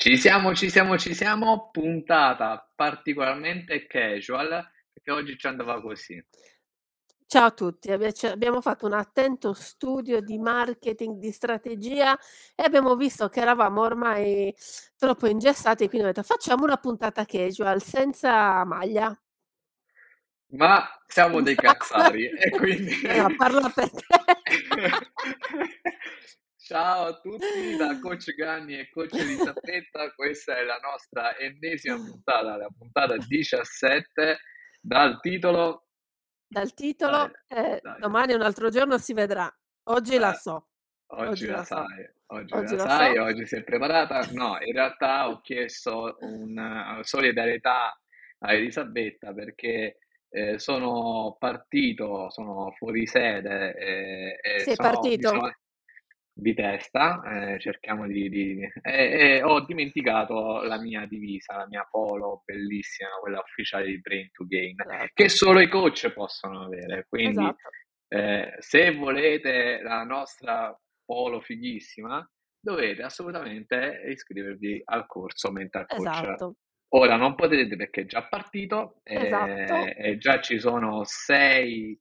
Ci siamo, puntata particolarmente casual, perché oggi ci andava così. Ciao a tutti, abbiamo fatto un attento studio di marketing, di strategia e abbiamo visto che eravamo ormai troppo ingessati, quindi ho detto: "Facciamo una puntata casual, senza maglia". Ma siamo dei cazzari e quindi No, no, parla per te. ciao a tutti da Coach Ganni e Coach Elisabetta, questa è la nostra ennesima puntata, la puntata 17, dal titolo. Dal Dai, titolo, dai, dai. domani è un altro giorno, si vedrà. Oggi la Eh, so, oggi oggi la la so, sai, oggi oggi la la sai, so. oggi sei preparata? No, in realtà ho chiesto una solidarietà a Elisabetta perché sono fuori sede e Sei mi partito? sono di testa, cerchiamo e ho dimenticato la mia divisa, la mia polo bellissima, quella ufficiale di Brain to Gain, che Esatto, solo i coach possono avere. Quindi, esatto, se volete la nostra polo fighissima, dovete assolutamente iscrivervi al corso Mental Coach. esatto, Ora non potete perché è già partito esatto, e già ci sono 6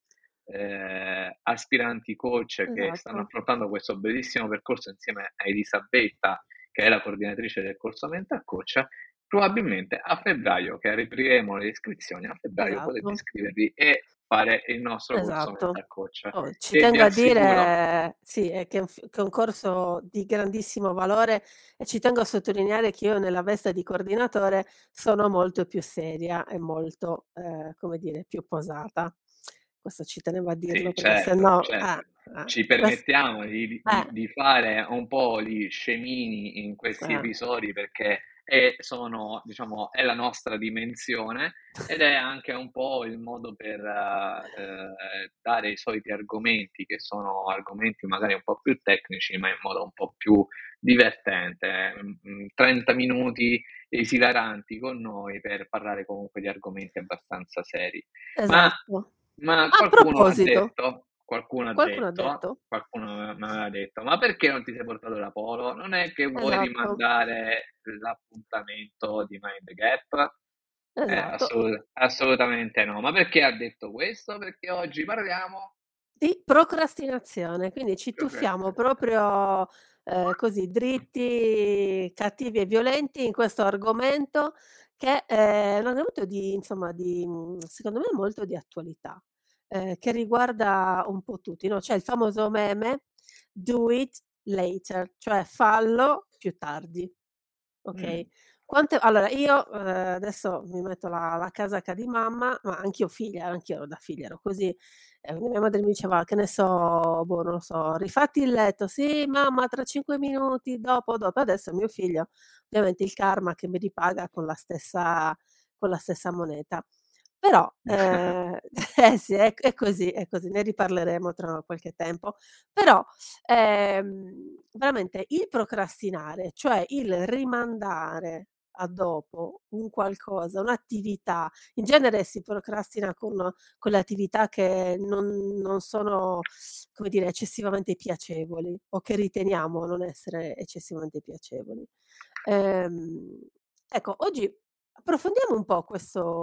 aspiranti coach che stanno esatto. affrontando questo bellissimo percorso insieme a Elisabetta, che è la coordinatrice del corso Mental Coach. Probabilmente a febbraio, che apriremo le iscrizioni, a febbraio potete Esatto, iscrivervi e fare il nostro corso esatto. Mental Coach. Oh, ci E vi tengo a assicuro, dire sì, che è un corso di grandissimo valore e ci tengo a sottolineare che io nella veste di coordinatore sono molto più seria e molto, come dire, più posata. Questo ci tenevo a dirlo sì, perché se certo, no certo. Ci ques permettiamo di fare un po' di scemini in questi eh, episodi perché sono, diciamo, è la nostra dimensione ed è anche un po' il modo per dare i soliti argomenti, che sono argomenti magari un po' più tecnici, ma in modo un po' più divertente. 30 minuti esilaranti con noi per parlare comunque di argomenti abbastanza seri. Ma esatto. ma A proposito, qualcuno ha detto? qualcuno m'aveva detto: "Ma perché non ti sei portato la polo? Non è che vuoi Esatto, rimandare l'appuntamento di Mind the Gap?" esatto. Assolutamente no. Ma perché ha detto questo? Perché oggi parliamo Di procrastinazione, quindi ci tuffiamo procrastina proprio, così dritti, cattivi e violenti in questo argomento che è un argomento di insomma secondo me molto di attualità, che riguarda un po' tutti, no, c'è il famoso meme: "Do it later", cioè fallo più tardi. mh. Okay. Quante allora io, adesso mi metto la casacca di mamma, ma anch'io ero da figlia ero così, mia madre mi diceva, che ne so, boh, non lo so: "Rifatti il letto". "Sì mamma, tra 5 minuti, dopo". Adesso mio figlio, ovviamente il karma che mi ripaga con la stessa moneta. Però, eh sì, è così, è così, ne riparleremo tra qualche tempo. Però veramente il procrastinare, cioè il rimandare a dopo un qualcosa, un'attività, in genere si procrastina con le attività che non sono, come dire, eccessivamente piacevoli o che riteniamo non essere eccessivamente piacevoli. Ehm, ecco, oggi approfondiamo un po'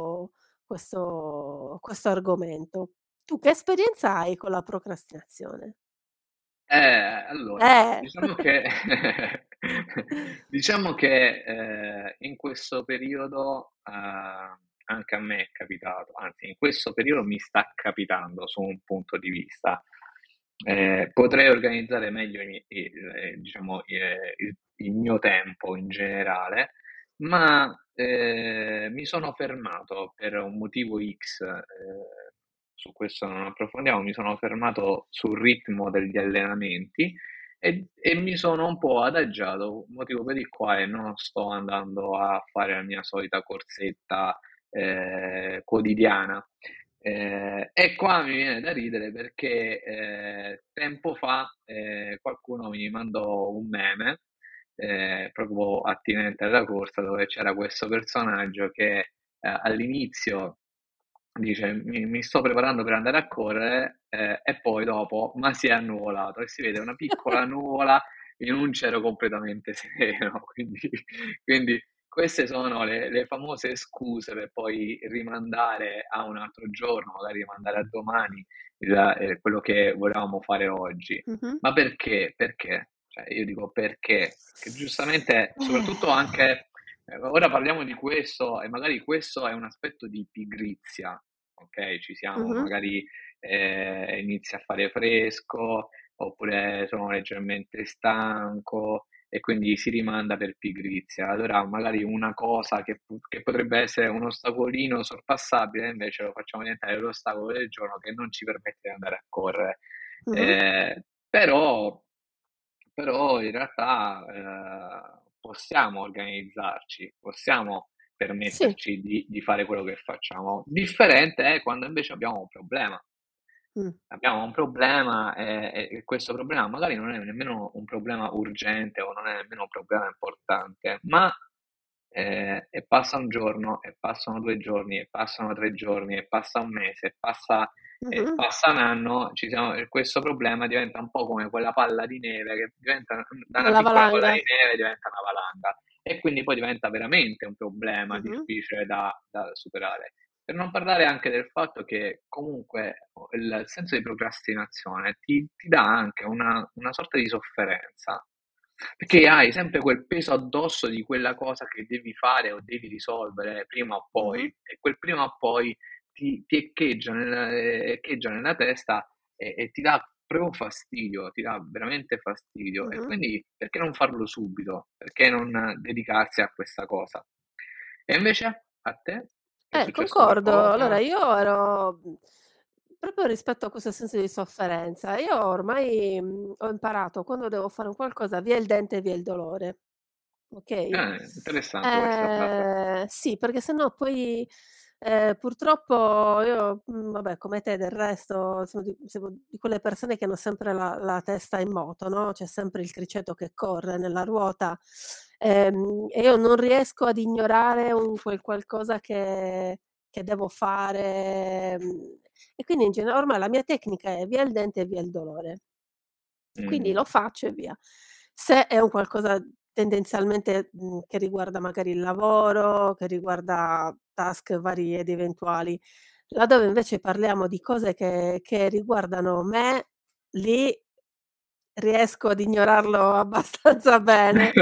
questo argomento. Tu che esperienza hai con la procrastinazione? Allora, Eh. diciamo che diciamo che, in questo periodo, anche a me è capitato, anzi in questo periodo mi sta capitando su un punto di vista. Potrei organizzare meglio diciamo, il mio tempo in generale, ma, mi sono fermato per un motivo X, su questo non approfondiamo, mi sono fermato sul ritmo degli allenamenti e mi sono un po' adagiato, motivo per il quale non sto andando a fare la mia solita corsetta, quotidiana. E qua mi viene da ridere perché, tempo fa, qualcuno mi mandò un meme, proprio attinente alla corsa, dove c'era questo personaggio che, all'inizio dice: "Mi sto preparando per andare a correre", e poi dopo: "Ma si è annuvolato", e si vede una piccola nuvola in un cielo completamente sereno. Quindi queste sono le famose scuse per poi rimandare a un altro giorno, magari rimandare a domani quello che volevamo fare oggi. Mh-mh. Ma perché? Perché? Cioè, io dico perché? Perché giustamente, soprattutto Eh. anche, ora parliamo di questo e magari questo è un aspetto di pigrizia, ok? Ci siamo, Mh-mh. magari inizia a fare fresco, oppure sono leggermente stanco e quindi si rimanda per pigrizia. Allora magari una cosa che potrebbe essere un ostacolino sorpassabile, invece lo facciamo diventare l'ostacolo del giorno che non ci permette di andare a correre. Mh-mh. Però, però in realtà possiamo organizzarci, possiamo Sì. permetterci di fare quello che facciamo. Differente è quando invece abbiamo un problema. Mh. Abbiamo un problema e questo problema magari non è nemmeno un problema urgente o non è nemmeno un problema importante, ma e passa un giorno, e passano 2 giorni, e passano 3 giorni, e passa un mese, e Mh-mh. passa un anno, e questo problema diventa un po' come quella palla di neve che diventa da una Nella piccola palla valanga. di neve diventa una valanga e quindi poi diventa veramente un problema Mh-mh. difficile da superare. Per non parlare anche del fatto che comunque il senso di procrastinazione ti dà anche una sorta di sofferenza, perché Sì. hai sempre quel peso addosso di quella cosa che devi fare o devi risolvere prima o poi, Mh-mh. e quel prima o poi ti echeggia nella testa e ti dà proprio fastidio, ti dà veramente fastidio. E Mh-mh. quindi perché non farlo subito? Perché non dedicarsi a questa cosa? E invece a te è successo Concordo. Allora qualcosa? io ero proprio rispetto a questo senso di sofferenza, io ormai, ho imparato quando devo fare un qualcosa via il dente e via il dolore, okay? Interessante questa frase. Sì, perché se no poi, purtroppo io, vabbè come te del resto siamo di quelle persone che hanno sempre la testa in moto, no, c'è sempre il criceto che corre nella ruota, e io non riesco ad ignorare quel qualcosa che devo fare, e quindi in ormai la mia tecnica è via il dente e via il dolore. Quindi Mh. lo faccio e via. Se è un qualcosa tendenzialmente, che riguarda magari il lavoro, che riguarda task vari ed eventuali, laddove invece parliamo di cose che riguardano me, lì riesco ad ignorarlo abbastanza bene.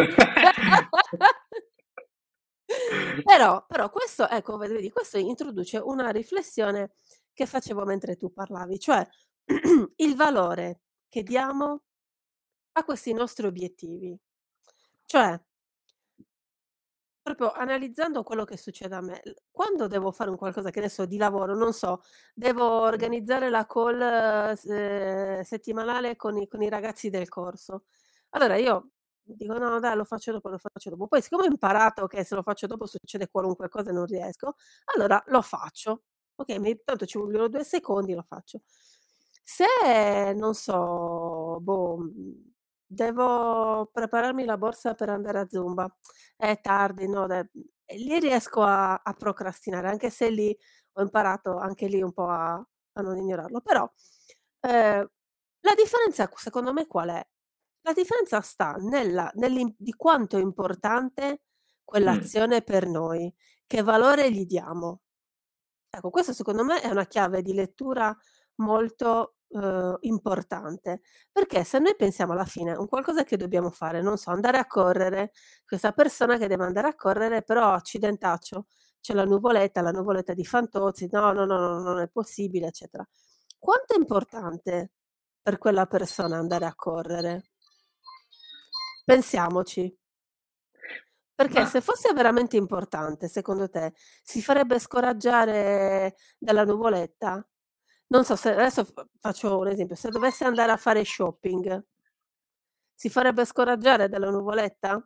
Però questo ecco vedi, questo introduce una riflessione che facevo mentre tu parlavi, cioè il valore che diamo a questi nostri obiettivi. Cioè, proprio analizzando quello che succede a me, quando devo fare un qualcosa, che ne so, di lavoro, non so, devo Mh. organizzare la call settimanale con i ragazzi del corso. Allora io dico: "No dai, lo faccio dopo, lo faccio dopo". Poi siccome ho imparato che se lo faccio dopo succede qualunque cosa e non riesco, allora lo faccio. Okay, tanto ci vogliono 2 secondi, lo faccio. Se non so, boh, devo prepararmi la borsa per andare a Zumba, è tardi, no, e lì riesco a procrastinare, anche se lì ho imparato anche lì un po' a non ignorarlo. Però, la differenza secondo me qual è? La differenza sta di quanto è importante Mh. quell'azione per noi, che valore gli diamo. Ecco, questo secondo me è una chiave di lettura molto, importante, perché se noi pensiamo alla fine a un qualcosa che dobbiamo fare, non so, andare a correre, questa persona che deve andare a correre però accidentaccio, c'è la nuvoletta di Fantozzi, no, no, no, no, non è possibile, eccetera. Quanto è importante per quella persona andare a correre? Pensiamoci. Perché Ma se fosse veramente importante, secondo te, si farebbe scoraggiare dalla nuvoletta? Non so se adesso faccio un esempio, se dovesse andare a fare shopping, si farebbe scoraggiare dalla nuvoletta?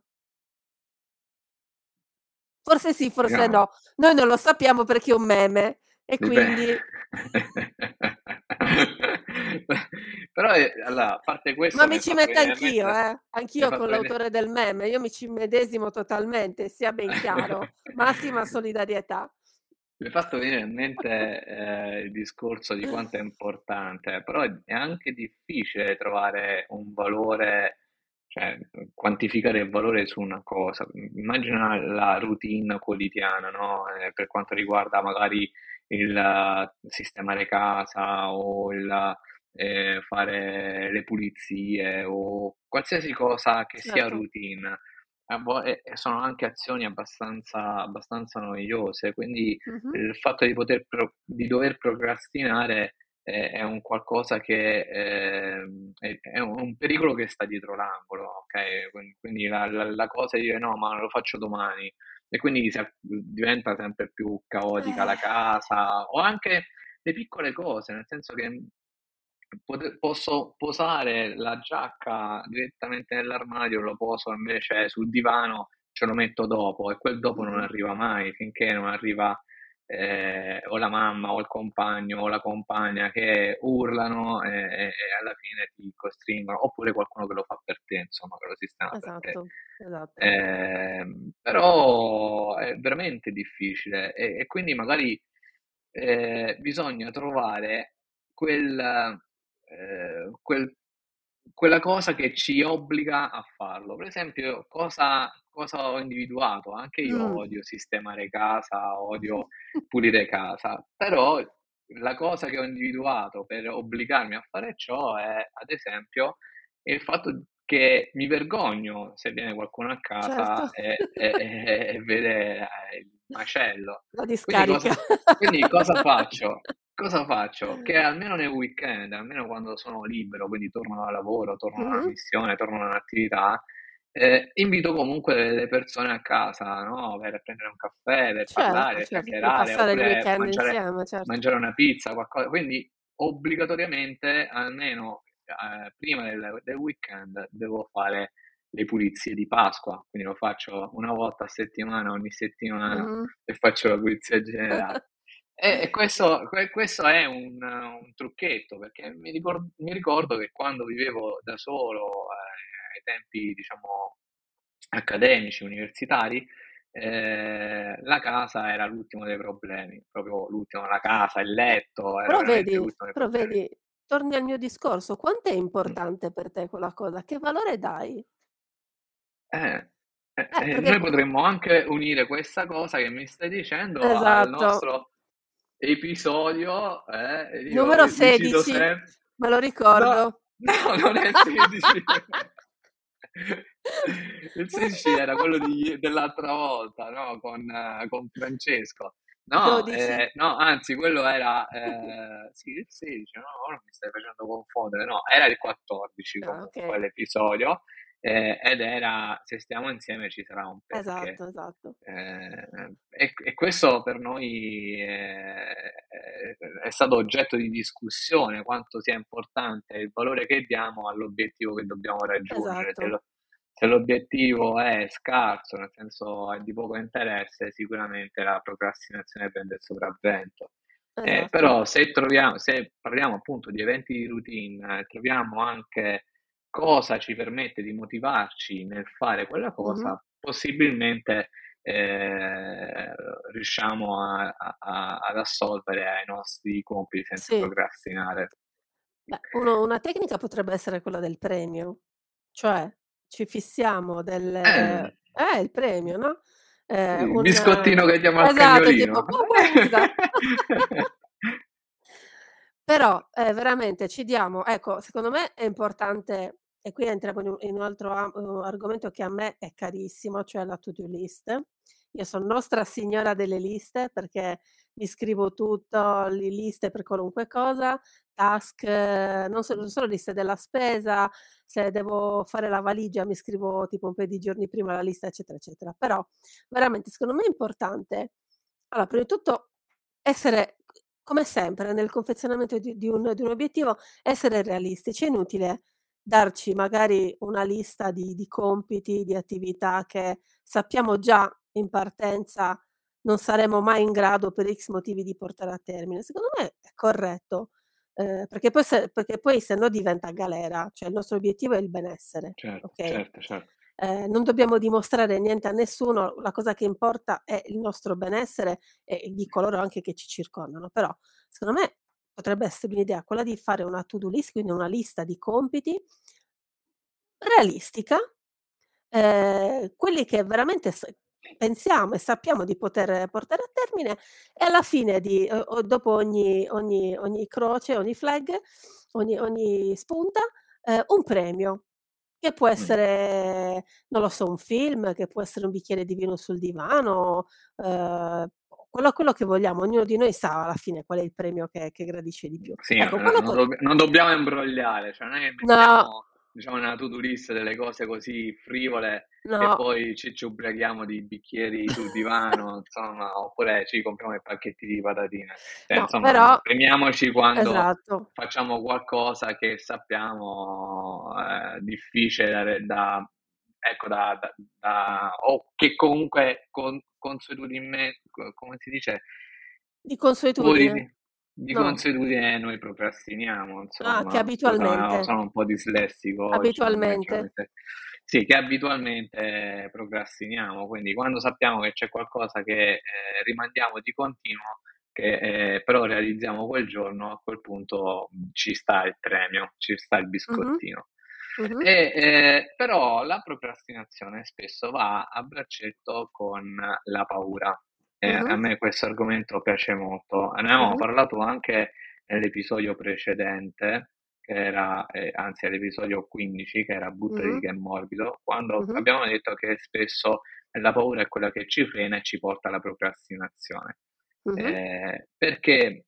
Forse sì, forse no. no. Noi non lo sappiamo perché è un meme e Dipe quindi Però, allora, a parte ma questo mi ci metto anch'io, mi hai anch'io con fatto vene l'autore del meme, io mi ci immedesimo totalmente, sia ben chiaro. Massima solidarietà. mi hai fatto venire in mente, il discorso di quanto è importante, però è anche difficile trovare un valore, cioè, quantificare il valore su una cosa. Immagina la routine quotidiana, no? Per quanto riguarda magari il sistemare casa o il fare le pulizie o qualsiasi cosa che sia Certo. routine. E sono anche azioni abbastanza noiose, quindi Mh-mh. il fatto di dover procrastinare è un qualcosa che è un pericolo che sta dietro l'angolo, ok? Quindi la cosa di dire no, ma lo faccio domani, e quindi diventa sempre più caotica Eh, la casa, o anche le piccole cose, nel senso che posso posare la giacca direttamente nell'armadio, lo poso invece sul divano, ce lo metto dopo, e quel dopo non mh-mh. arriva mai finché non arriva o la mamma o il compagno o la compagna che urlano e alla fine ti costringono, oppure qualcuno che lo fa per te, insomma, che lo sistema per te. Esatto, esatto. Però è veramente difficile, e quindi magari bisogna trovare quel quella cosa che ci obbliga a farlo. Per esempio, cosa ho individuato? Anche io Mh. odio sistemare casa, odio pulire casa, però la cosa che ho individuato per obbligarmi a fare ciò è, ad esempio, il fatto che mi vergogno se viene qualcuno a Certo. casa e vede, il macello. La Quindi discarica. cosa faccio? Cosa faccio? Che almeno nel weekend, almeno quando sono libero, quindi torno dal lavoro, torno da una Mh-mh. missione, torno da un'attività, invito comunque le persone a casa, no? Per prendere un caffè, per Certo, parlare, certo, per chiacchierare, passare il oppure weekend insieme, certo. mangiare una pizza, qualcosa. Quindi obbligatoriamente, almeno prima del weekend, devo fare le pulizie di Pasqua, quindi lo faccio una volta a settimana, ogni settimana, Mh-mh. e faccio la pulizia generale. E questo è un trucchetto, perché mi ricordo che quando vivevo da solo, ai tempi, diciamo, accademici, universitari, la casa era l'ultimo dei problemi, proprio l'ultimo, la casa, il Eh, letto, era veramente l'ultimo dei però problemi. vedi, torni al mio discorso, quant'è Mh. importante per te quella cosa? Che valore dai? Eh, Perché noi potremmo anche unire questa cosa che mi stai dicendo al esatto. nostro episodio, io Numero vi cito 16, sem me lo no, ricordo. no, non è 16. Il 16 era quello dell'altra volta, no, con Francesco. No, 12. no, anzi quello era, sì, il 16, no, ora mi stai facendo confondere, no, era il 14 Ah, comunque okay. l'episodio, ed era "Se stiamo insieme ci sarà un perché". Esatto, esatto. E questo per noi è stato oggetto di discussione, quanto sia importante il valore che diamo all'obiettivo che dobbiamo raggiungere. Esatto, Se l'obiettivo è scarso, nel senso è di poco interesse, sicuramente la procrastinazione prende il sopravvento. esatto. Però se parliamo appunto di eventi di routine, troviamo anche cosa ci permette di motivarci nel fare quella Mh-mh. cosa, possibilmente ehm, riusciamo ad assolvere ai nostri compiti senza Sì. procrastinare. Beh, una tecnica potrebbe essere quella del premio, cioè ci fissiamo delle Eh, il premio, no, il un biscottino che diamo al esatto, tipo cagnolino. bubusa. Però, veramente ci diamo ecco, secondo me è importante e qui entriamo in un altro argomento che a me è carissimo, cioè la to-do list. Io son nostra signora delle liste perché mi scrivo tutto, liste per qualunque cosa, task, non solo liste della spesa, se devo fare la valigia mi scrivo tipo un paio di giorni prima la lista, eccetera, eccetera. Però veramente secondo me è importante, allora prima di tutto essere come sempre nel confezionamento di un obiettivo, essere realistici. È inutile darci magari una lista di compiti, di attività che sappiamo già in partenza non saremo mai in grado per X motivi di portare a termine. Secondo me è corretto, perché poi se no diventa galera, cioè il nostro obiettivo è il benessere, Certo, okay? certo, certo. Non dobbiamo dimostrare niente a nessuno, la cosa che importa è il nostro benessere e di coloro anche che ci circondano. Però, secondo me, potrebbe essere un'idea quella di fare una to-do list, quindi una lista di compiti realistica, quelli che veramente pensiamo e sappiamo di poter portare a termine e alla fine o dopo ogni croce, ogni flag, ogni spunta, un premio, che può Mm. essere, non lo so, un film, che può essere un bicchiere di vino sul divano, ehm, quello che vogliamo. Ognuno di noi sa alla fine qual è il premio che gradisce di più. Sì, Ecco, quello pot non dobbiamo imbrogliare, cioè non è che no, mettiamo, diciamo, nella to-do list delle cose così frivole che no. poi ci ubriachiamo di bicchieri sul divano, insomma, oppure ci compriamo i pacchetti di patatine. Cioè, No, insomma, però premiamoci quando esatto. facciamo qualcosa che sappiamo difficile ecco, o che comunque consuetudine, come si dice, Di fuori consuetudine? di No. consuetudine noi procrastiniamo, Ah, che insomma. Scusa, abitualmente. sono un po' dislessico oggi, mannaggia la Abitualmente. miseria. Sì, che abitualmente procrastiniamo, quindi quando sappiamo che c'è qualcosa che rimandiamo di continuo, che però realizziamo quel giorno, a quel punto ci sta il premio, ci sta il Mh-mh. biscottino. Mh-mh. Però la procrastinazione spesso va a braccetto con la paura. A Mh-mh. me questo argomento piace molto. Ne avevamo Mh-mh. parlato anche nell'episodio precedente, che era, anzi all'episodio 15, che era Buttati Mh-mh. che è morbido, quando Mh-mh. abbiamo detto che spesso la paura è quella che ci frena e ci porta alla procrastinazione. Mh-mh. Perché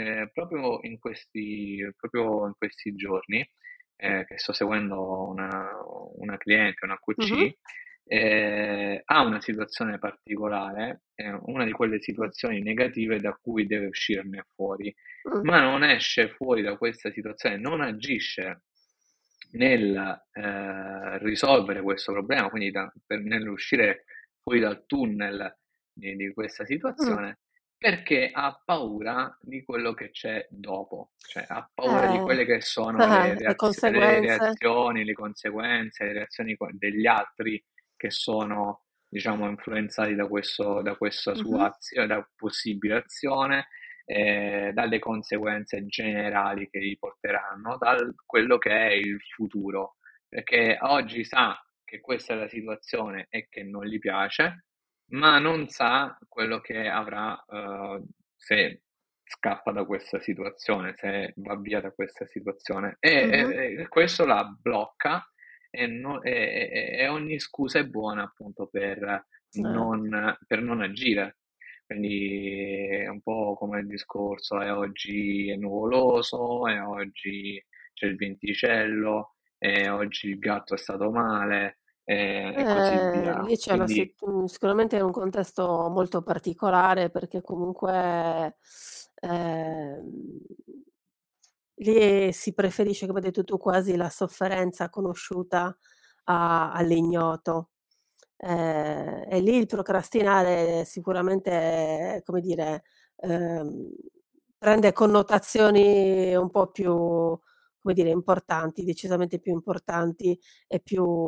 proprio in questi giorni, che sto seguendo una cliente, una Mh-mh. QC, ha una situazione particolare, una di quelle Mh. situazioni negative da cui deve uscirne fuori, Mh. ma non esce fuori da questa situazione, non agisce nel risolvere questo problema, quindi nell'uscire fuori dal tunnel di questa Mh. situazione, perché ha paura di quello che c'è dopo, cioè ha paura di Eh, quelle che sono le le conseguenze. reazioni, le conseguenze, le reazioni degli altri che sono, diciamo, influenzati da questa Mh-mh. sua azione, da possibile azione, dalle conseguenze generali che gli porteranno, da quello che è il futuro, perché oggi sa che questa è la situazione e che non gli piace, ma non sa quello che avrà se scappa da questa situazione, se va via da questa situazione. Mh-mh. E questo la blocca e ogni scusa è buona appunto Eh. per non agire. Quindi è un po' come il discorso, e oggi è nuvoloso, e oggi c'è il venticello, e oggi il gatto è stato male, e così via. Lì c'è Quindi sicuramente è un contesto molto particolare perché comunque, ehm, lì si preferisce, come hai detto tu, quasi la sofferenza conosciuta a all'ignoto. E lì il procrastinare sicuramente, come dire, ehm, prende connotazioni un po' più, come dire, importanti, decisamente più importanti e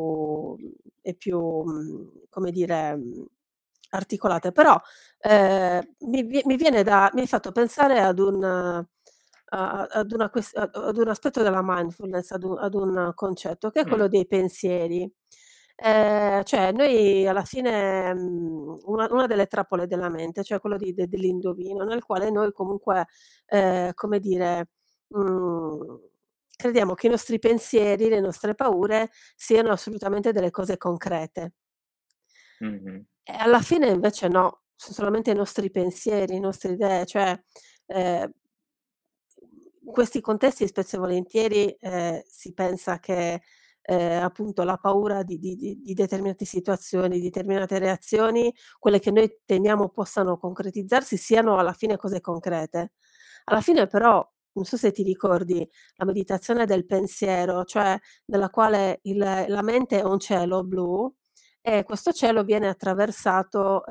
come dire, articolate. Però, mi hai fatto pensare ad un ad una ad un aspetto della mindfulness, ad un concetto che è quello mh, dei pensieri. Cioè noi alla fine, una delle trappole della mente, cioè quello dell'indovino, nel quale noi comunque, come dire, mhmm, crediamo che i nostri pensieri, le nostre paure siano assolutamente delle cose concrete. mh-mh, E alla fine invece no, son solamente i nostri pensieri, le nostre idee, cioè, ehm, in questi contesti spesso e volentieri, si pensa che, appunto la paura di determinate situazioni, di determinate reazioni, quelle che noi temiamo possano concretizzarsi, siano alla fine cose concrete. Alla fine però, non so se ti ricordi la meditazione del pensiero, cioè nella quale la mente è un cielo blu e questo cielo viene attraversato,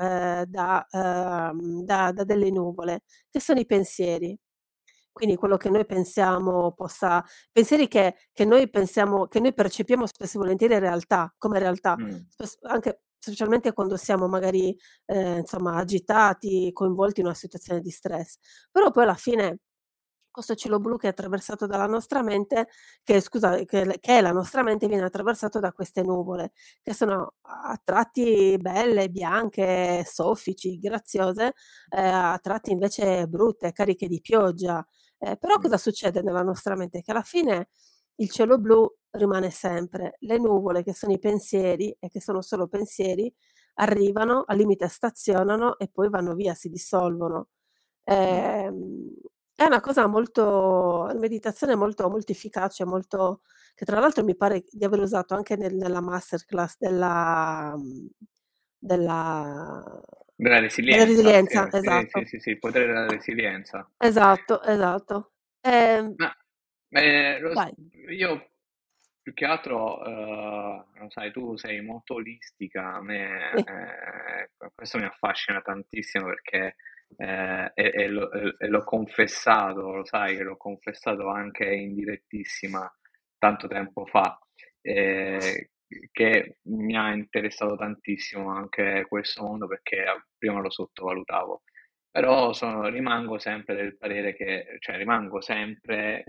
da delle nuvole, che sono i pensieri. Quindi quello che noi pensiamo possa pensieri che noi pensiamo che noi percepiamo spesso e volentieri realtà come realtà, mh, anche specialmente quando siamo magari, insomma agitati, coinvolti in una situazione di stress. Però poi alla fine questo cielo blu che è attraversato dalla nostra mente, che scusa, che è la nostra mente, viene attraversato da queste nuvole, che sono a tratti belle, bianche, soffici, graziose, a tratti invece brutte, cariche di pioggia. Però mm, cosa succede nella nostra mente? Che alla fine il cielo blu rimane sempre. Le nuvole, che sono i pensieri e che sono solo pensieri, arrivano, al limite stazionano e poi vanno via, si dissolvono. mm. Ehm, è una cosa molto meditazione molto molto efficace, molto che tra l'altro mi pare di aver usato anche nella masterclass della Della della resilienza, sì, resilienza, sì, sì, esatto. sì, sì, il potere della resilienza. Esatto, esatto. Ma Vai. io più che altro, lo sai, tu sei molto olistica, a me Sì. questo mi affascina tantissimo perché e l'ho confessato, lo sai, che l'ho confessato anche in direttissima tanto tempo fa, eh, che mi ha interessato tantissimo anche questo mondo perché prima lo sottovalutavo. Però rimango sempre del parere che, cioè rimango sempre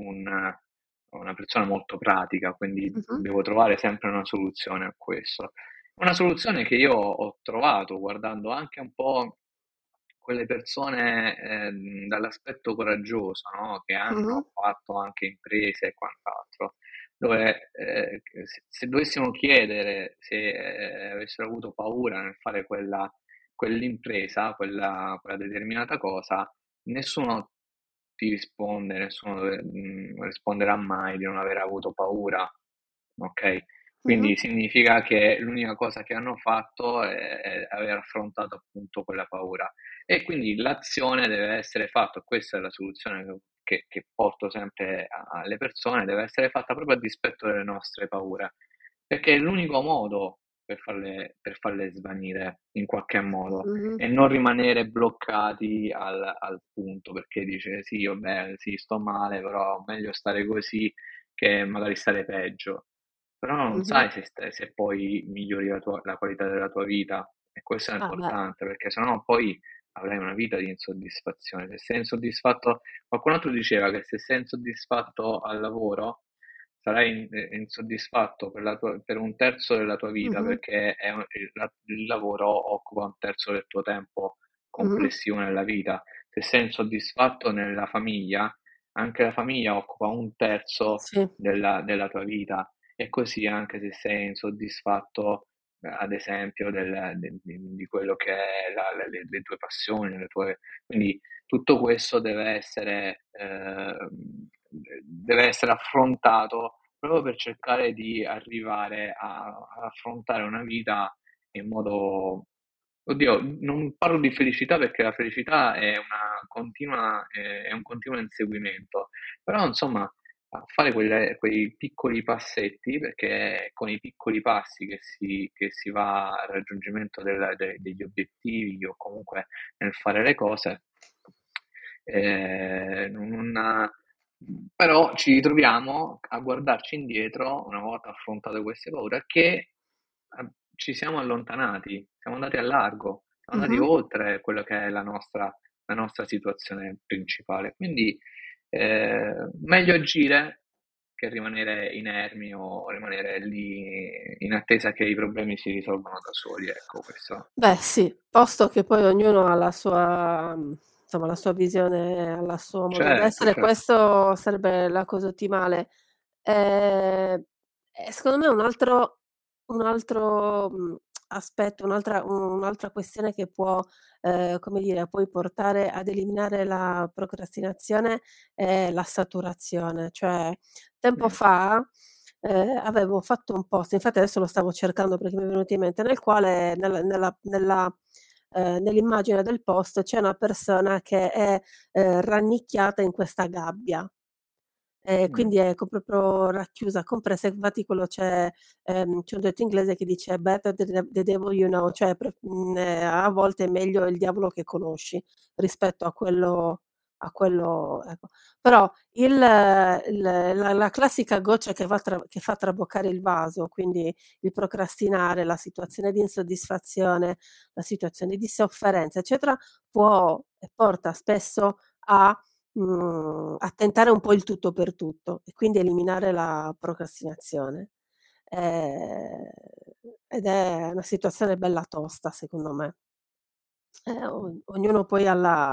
una persona molto pratica, quindi Mh-mh. devo trovare sempre una soluzione a questo. Una soluzione che io ho trovato guardando anche un po' quelle persone dall'aspetto coraggioso, no? Che Mh-mh. hanno fatto anche imprese e quant'altro, dove se dovessimo chiedere se avessero avuto paura nel fare quell'impresa, quella determinata cosa, nessuno ti risponde, nessuno risponderà mai di non aver avuto paura, ok? Mh-mh. Quindi significa che l'unica cosa che hanno fatto è aver affrontato appunto quella paura. E quindi l'azione deve essere fatta, questa è la soluzione che porto sempre alle persone, deve essere fatta proprio a dispetto delle nostre paure, perché è l'unico modo per farle svanire in qualche modo Mh-mh. e non rimanere bloccati al punto, perché dice sì, vabbè, sì, sto male, però meglio stare così che magari stare peggio. Però non Mh-mh. sai se poi migliori la qualità della tua vita e questo è Ah beh. importante perché sennò poi avrai una vita di insoddisfazione. Se sei insoddisfatto, qualcun altro diceva che se sei insoddisfatto al lavoro sarai insoddisfatto per un terzo della tua vita Mh-mh. perché il lavoro occupa un terzo del tuo tempo Mh-mh. complessivo nella vita. Se sei insoddisfatto nella famiglia, anche la famiglia occupa un terzo Sì. della tua vita e così anche se sei insoddisfatto, ad esempio, di quello che è le tue passioni, quindi tutto questo deve essere affrontato proprio per cercare di arrivare ad affrontare una vita in modo. Oddio, non parlo di felicità perché la felicità è un continuo inseguimento, però insomma a fare quei piccoli passetti, perché è con i piccoli passi che si va al raggiungimento degli obiettivi o comunque nel fare le cose. Però ci ritroviamo a guardarci indietro una volta affrontate queste paure che ci siamo allontanati, siamo andati a largo, siamo andati Mh-mh. oltre quello che è la nostra situazione principale. Quindi meglio agire che rimanere inermi o rimanere lì in attesa che i problemi si risolvano da soli, ecco, questo. Beh sì, posto che poi ognuno ha la sua insomma la sua visione, ha la suo modo Certo, d'essere, certo. questo sarebbe la cosa ottimale. Ehm, e secondo me un altro, aspetto, un'altra questione che può, come dire, poi portare ad eliminare la procrastinazione è la saturazione. Cioè, tempo Mm, fa, avevo fatto un post, infatti adesso lo stavo cercando perché mi è venuto in mente, nel quale nell'immagine del post c'è una persona che è, rannicchiata in questa gabbia. mm, Quindi ecco, proprio racchiusa, compresa, infatti quello c'è un detto inglese che dice: "Better the devil you know", cioè a volte è meglio il diavolo che conosci rispetto a quello ecco. Però la classica goccia che fa traboccare il vaso, quindi il procrastinare, la situazione di insoddisfazione, la situazione di sofferenza, eccetera, può e porta spesso a a tentare un po' il tutto per tutto e quindi eliminare la procrastinazione. Ehm, ed è una situazione bella tosta secondo me. Ognuno poi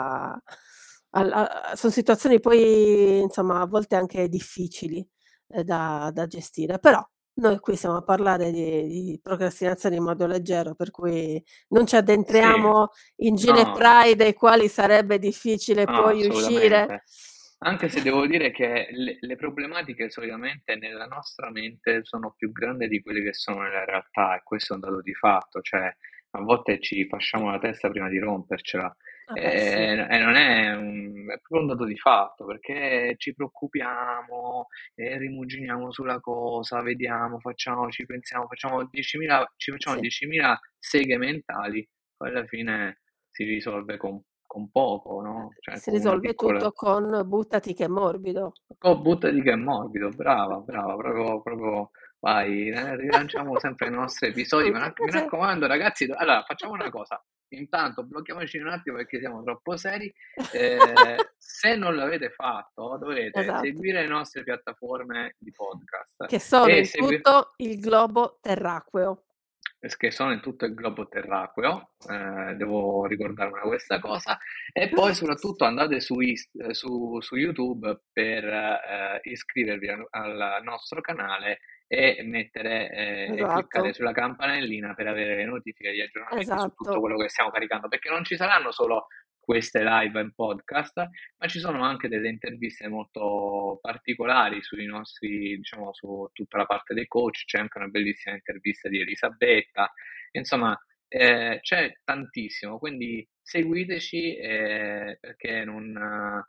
son situazioni poi insomma a volte anche difficili, da gestire, però noi qui siamo a parlare di procrastinazione in modo leggero, per cui non ci Sì, addentriamo in no. ginepraie dai quali sarebbe difficile No, poi uscire. assolutamente. Anche se devo dire che le problematiche solitamente nella nostra mente sono più grandi di quelle che sono nella realtà, e questo è un dato di fatto, cioè a volte ci fasciamo la testa prima di rompercela, Ah beh sì, e non è è proprio un dato di fatto, perché ci preoccupiamo e rimuginiamo sulla cosa, vediamo, facciamo, ci pensiamo, ci facciamo sì. 10.000 seghe mentali, poi alla fine si risolve con poco, no? Cioè Si con una risolve piccola... tutto con "buttati che è morbido". Oh, buttati che è morbido, brava, brava, proprio, vai, rilanciamo sempre i nostri episodi, mi Cioè raccomando ragazzi, allora facciamo una cosa, intanto blocchiamoci un attimo perché siamo troppo seri, se non l'avete fatto dovete esatto. seguire le nostre piattaforme di podcast Che sono e in seguire... tutto il globo terracqueo. Che sono in tutto il globo terracqueo, devo ricordarmela questa cosa, e poi soprattutto andate su YouTube per iscrivervi al nostro canale e mettere e cliccare Esatto, sulla campanellina per avere le notifiche di aggiornamenti su tutto esatto. quello che stiamo caricando, perché non ci saranno solo queste live in podcast, ma ci sono anche delle interviste molto particolari sui nostri, diciamo, su tutta la parte dei coach. C'è anche una bellissima intervista di Elisabetta, insomma, c'è tantissimo, quindi seguiteci, perché non,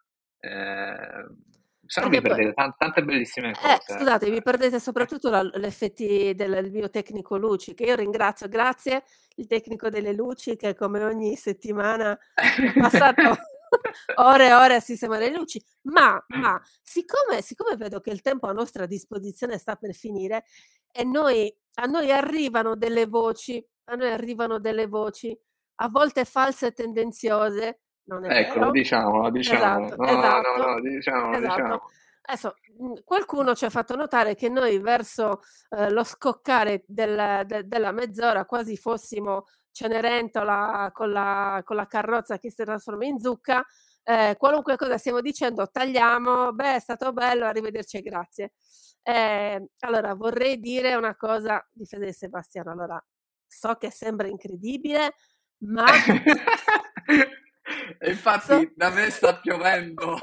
se no vi Perché poi perdete tante bellissime cose. scusate, vi perdete soprattutto l'effetti del mio tecnico luci, che io ringrazio, grazie, il tecnico delle luci che come ogni settimana ha passato ore e ore a sistemare le luci, ma siccome vedo che il tempo a nostra disposizione sta per finire e a noi arrivano delle voci, a volte false e tendenziose, non è Eccolo, vero? diciamolo, diciamolo. Esatto, No, no, no, esatto, no, diciamolo, esatto. diciamolo. Adesso, qualcuno ci ha fatto notare che noi verso, lo scoccare della mezz'ora quasi fossimo Cenerentola con la carrozza che si trasforma in zucca, qualunque cosa stiamo dicendo tagliamo: "Beh, è stato bello, arrivederci e grazie". Allora vorrei dire una cosa di Fede e Sebastiano. Allora, so che sembra incredibile, ma E so infatti da me sta piovendo.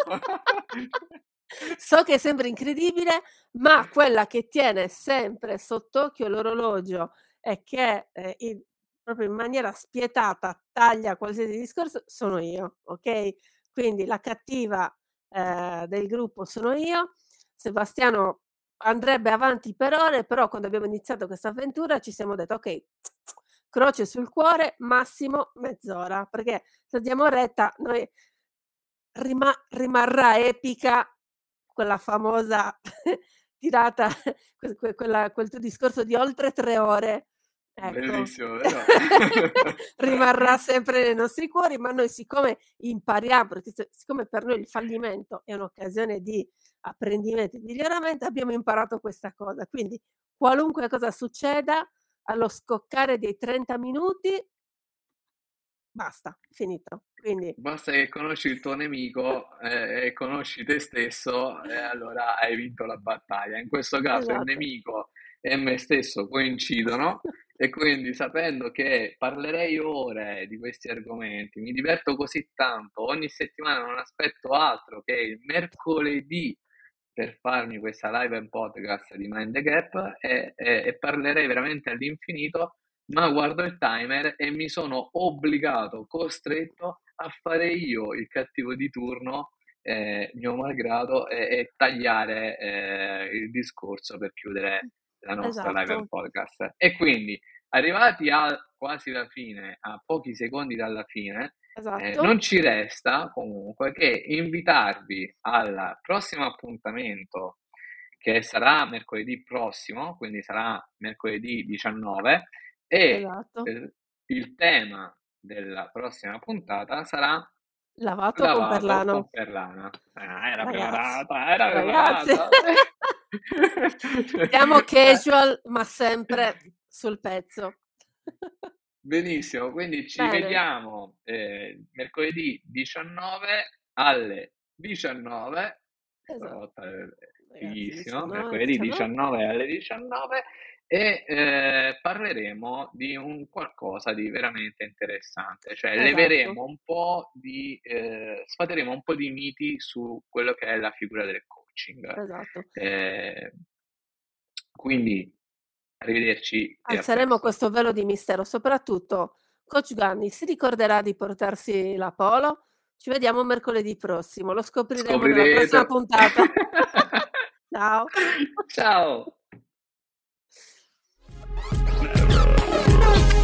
so che sembra incredibile, ma quella che tiene sempre sott'occhio l'orologio e che, in proprio in maniera spietata taglia qualsiasi discorso sono io, okay, quindi la cattiva, del gruppo sono io. Sebastiano andrebbe avanti per ore, però quando abbiamo iniziato questa avventura ci siamo detto: "Okay, croce sul cuore, massimo mezz'ora", perché se diamo retta noi rimarrà epica quella famosa tirata, quel tuo discorso di oltre 3 ore, ecco. Bellissimo, vero? Rimarrà sempre nei nostri cuori, ma noi siccome impariamo, perché siccome per noi il fallimento è un'occasione di apprendimento e di miglioramento, abbiamo imparato questa cosa. Quindi qualunque cosa succeda, allo scoccare dei 30 minuti basta, finito. Quindi Basta che conosci il tuo nemico, e conosci te stesso, e allora hai vinto la battaglia. In questo caso il esatto. nemico e me stesso coincidono, e quindi sapendo che parlerei ore di questi argomenti, mi diverto così tanto, ogni settimana non aspetto altro che il mercoledì per farmi questa live and podcast di Mind the Gap, e parlerei veramente all'infinito, ma guardo il timer e mi sono obbligato, costretto a fare io il cattivo di turno, mio malgrado, e tagliare il discorso per chiudere la nostra live and Esatto, podcast. E quindi, arrivati a quasi la fine, a pochi secondi dalla fine, esatto. non ci resta comunque che invitarvi al prossimo appuntamento, che sarà mercoledì prossimo, quindi sarà mercoledì 19, e Esatto, il tema della prossima puntata sarà Lavato con Lavato Perlano. con Perlana. Ah, era Ragazzi, preparata, era ragazzi. preparata. Siamo casual, ma sempre sul pezzo. Benissimo, quindi ci Bene, vediamo mercoledì 19 alle 19. esatto. Oh, Ragazzi, fighissimo, 19, mercoledì 19. 19 alle 19 e parleremo di un qualcosa di veramente interessante, cioè Esatto, leveremo un po' di, sfateremo un po' di miti su quello che è la figura del coaching. esatto. Eh, quindi arrivederci e a Alzeremo presto. questo velo di mistero. Soprattutto, Coach Ganni si ricorderà di portarsi la polo? Ci vediamo mercoledì prossimo, lo scopriremo nella prossima Scoprirete. puntata. Ciao. Ciao.